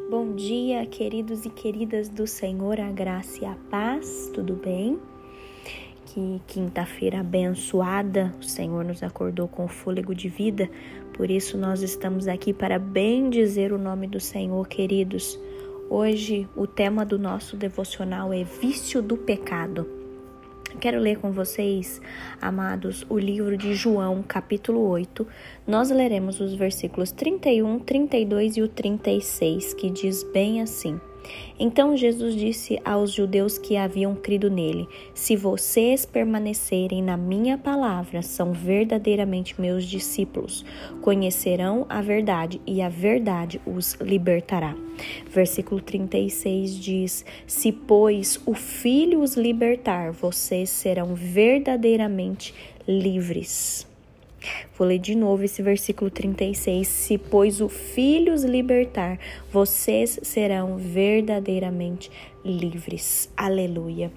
Bom dia, queridos e queridas do Senhor, a graça e a paz, tudo bem? Que quinta-feira abençoada, o Senhor nos acordou com fôlego de vida, por isso nós estamos aqui para bendizer o nome do Senhor, queridos. Hoje o tema do nosso devocional é vício do pecado. Quero ler com vocês, amados, o livro de João, capítulo 8. Nós leremos os versículos 31, 32 e o 36, que diz bem assim: Então Jesus disse aos judeus que haviam crido nele: Se vocês permanecerem na minha palavra, são verdadeiramente meus discípulos. Conhecerão a verdade e a verdade os libertará. Versículo 36 diz: Se, pois, o Filho os libertar, vocês serão verdadeiramente livres. Vou ler de novo esse versículo 36. Se, pois, o Filho os libertar, vocês serão verdadeiramente livres. Aleluia.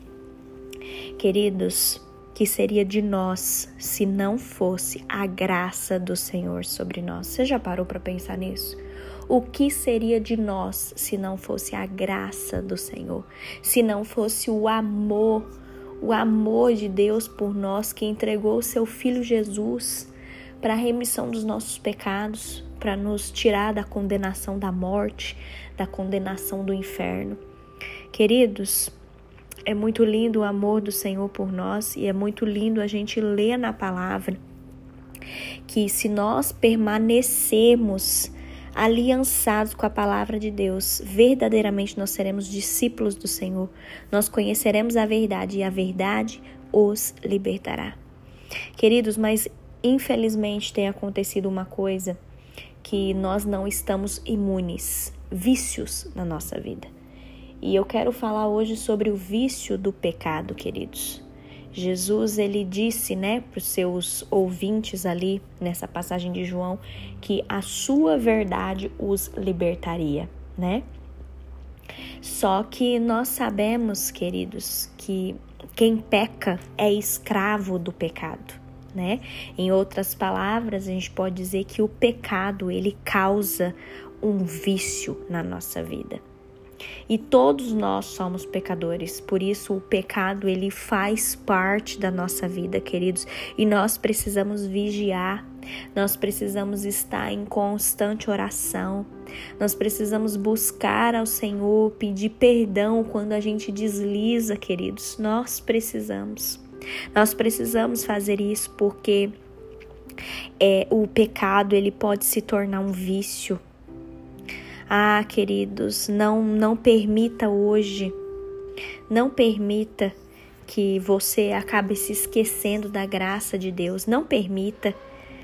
Queridos, que seria de nós se não fosse a graça do Senhor sobre nós? Você já parou para pensar nisso? O que seria de nós se não fosse a graça do Senhor? Se não fosse o amor de Deus por nós, que entregou o seu Filho Jesus para a remissão dos nossos pecados, para nos tirar da condenação da morte, da condenação do inferno. Queridos, é muito lindo o amor do Senhor por nós e é muito lindo a gente ler na palavra que se nós permanecermos aliançados com a palavra de Deus, verdadeiramente nós seremos discípulos do Senhor. Nós conheceremos a verdade e a verdade os libertará. Queridos, mas infelizmente tem acontecido uma coisa que nós não estamos imunes, vícios na nossa vida. E eu quero falar hoje sobre o vício do pecado, queridos. Jesus, ele disse, para os seus ouvintes ali, nessa passagem de João, que a sua verdade os libertaria, Só que nós sabemos, queridos, que quem peca é escravo do pecado, Em outras palavras, a gente pode dizer que o pecado, ele causa um vício na nossa vida. E todos nós somos pecadores, por isso o pecado ele faz parte da nossa vida, queridos, e nós precisamos vigiar, nós precisamos estar em constante oração, nós precisamos buscar ao Senhor, pedir perdão quando a gente desliza, queridos, nós precisamos fazer isso porque o pecado ele pode se tornar um vício. Queridos, não permita hoje, não permita que você acabe se esquecendo da graça de Deus. Não permita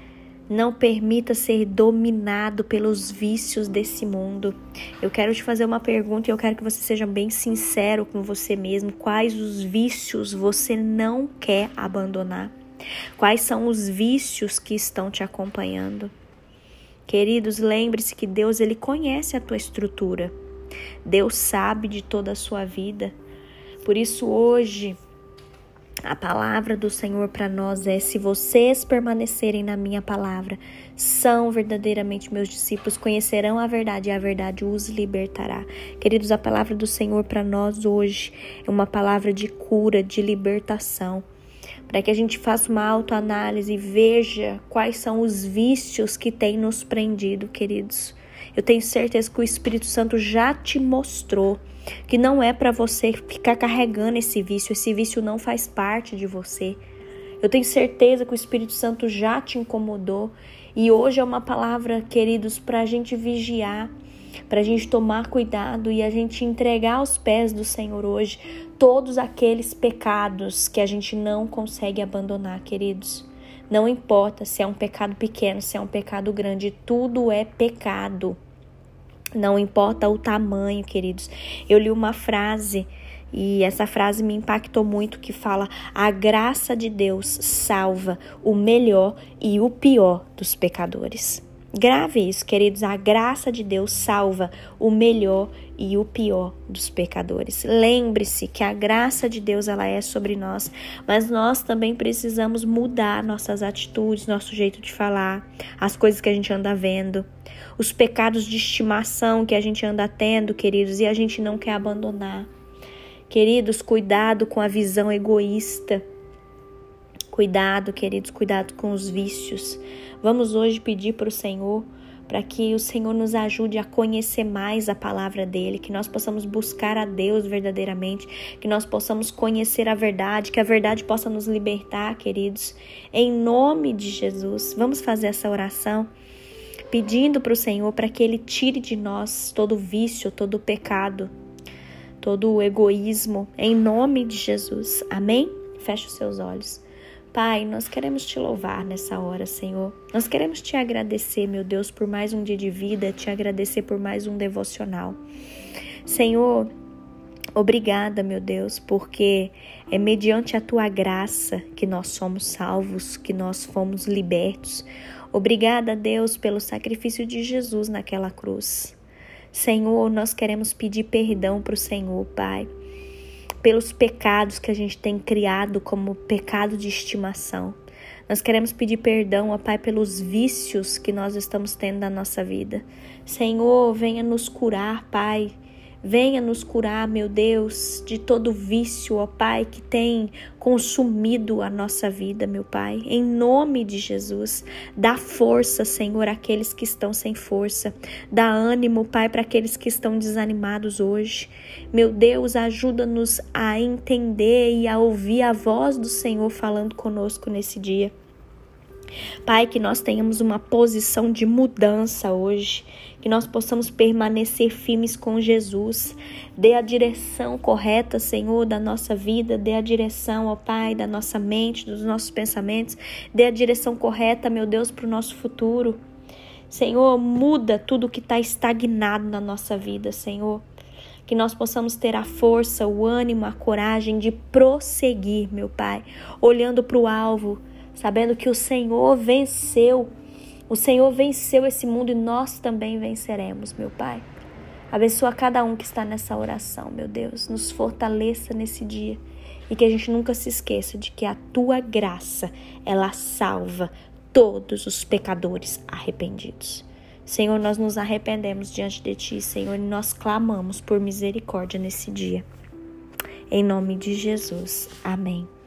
ser dominado pelos vícios desse mundo. Eu quero te fazer uma pergunta e eu quero que você seja bem sincero com você mesmo. Quais os vícios você não quer abandonar? Quais são os vícios que estão te acompanhando? Queridos, lembre-se que Deus ele conhece a tua estrutura. Deus sabe de toda a sua vida. Por isso hoje, a palavra do Senhor para nós é: se vocês permanecerem na minha palavra, são verdadeiramente meus discípulos, conhecerão a verdade e a verdade os libertará. Queridos, a palavra do Senhor para nós hoje é uma palavra de cura, de libertação. Para que a gente faça uma autoanálise e veja quais são os vícios que têm nos prendido, queridos. Eu tenho certeza que o Espírito Santo já te mostrou que não é para você ficar carregando esse vício não faz parte de você. Eu tenho certeza que o Espírito Santo já te incomodou e hoje é uma palavra, queridos, para a gente vigiar, para a gente tomar cuidado e a gente entregar aos pés do Senhor hoje todos aqueles pecados que a gente não consegue abandonar, queridos. Não importa se é um pecado pequeno, se é um pecado grande, tudo é pecado. Não importa o tamanho, queridos. Eu li uma frase e essa frase me impactou muito, que fala: a graça de Deus salva o melhor e o pior dos pecadores. Grave isso, queridos, a graça de Deus salva o melhor e o pior dos pecadores. Lembre-se que a graça de Deus, ela é sobre nós, mas nós também precisamos mudar nossas atitudes, nosso jeito de falar, as coisas que a gente anda vendo, os pecados de estimação que a gente anda tendo, queridos, e a gente não quer abandonar. Queridos, cuidado com a visão egoísta. Cuidado, queridos, cuidado com os vícios. Vamos hoje pedir para o Senhor, para que o Senhor nos ajude a conhecer mais a palavra dele, que nós possamos buscar a Deus verdadeiramente, que nós possamos conhecer a verdade, que a verdade possa nos libertar, queridos. Em nome de Jesus, vamos fazer essa oração, pedindo para o Senhor para que Ele tire de nós todo vício, todo pecado, todo o egoísmo, em nome de Jesus. Amém? Feche os seus olhos. Pai, nós queremos te louvar nessa hora, Senhor. Nós queremos te agradecer, meu Deus, por mais um dia de vida, te agradecer por mais um devocional. Senhor, obrigada, meu Deus, porque é mediante a tua graça que nós somos salvos, que nós fomos libertos. Obrigada, Deus, pelo sacrifício de Jesus naquela cruz. Senhor, nós queremos pedir perdão para o Senhor, Pai, pelos pecados que a gente tem criado como pecado de estimação. Nós queremos pedir perdão, ó Pai, pelos vícios que nós estamos tendo na nossa vida. Senhor, venha nos curar, Pai. Venha nos curar, meu Deus, de todo vício, ó Pai, que tem consumido a nossa vida, meu Pai. Em nome de Jesus, dá força, Senhor, àqueles que estão sem força. Dá ânimo, Pai, para aqueles que estão desanimados hoje. Meu Deus, ajuda-nos a entender e a ouvir a voz do Senhor falando conosco nesse dia. Pai, que nós tenhamos uma posição de mudança hoje, que nós possamos permanecer firmes com Jesus. Dê a direção correta, Senhor, da nossa vida, dê a direção, ó Pai, da nossa mente, dos nossos pensamentos, dê a direção correta, meu Deus, para o nosso futuro. Senhor, muda tudo que está estagnado na nossa vida, Senhor. Que nós possamos ter a força, o ânimo, a coragem de prosseguir, meu Pai, olhando para o alvo, sabendo que o Senhor venceu esse mundo e nós também venceremos, meu Pai. Abençoa cada um que está nessa oração, meu Deus. Nos fortaleça nesse dia e que a gente nunca se esqueça de que a Tua graça, ela salva todos os pecadores arrependidos. Senhor, nós nos arrependemos diante de Ti, Senhor, e nós clamamos por misericórdia nesse dia. Em nome de Jesus. Amém.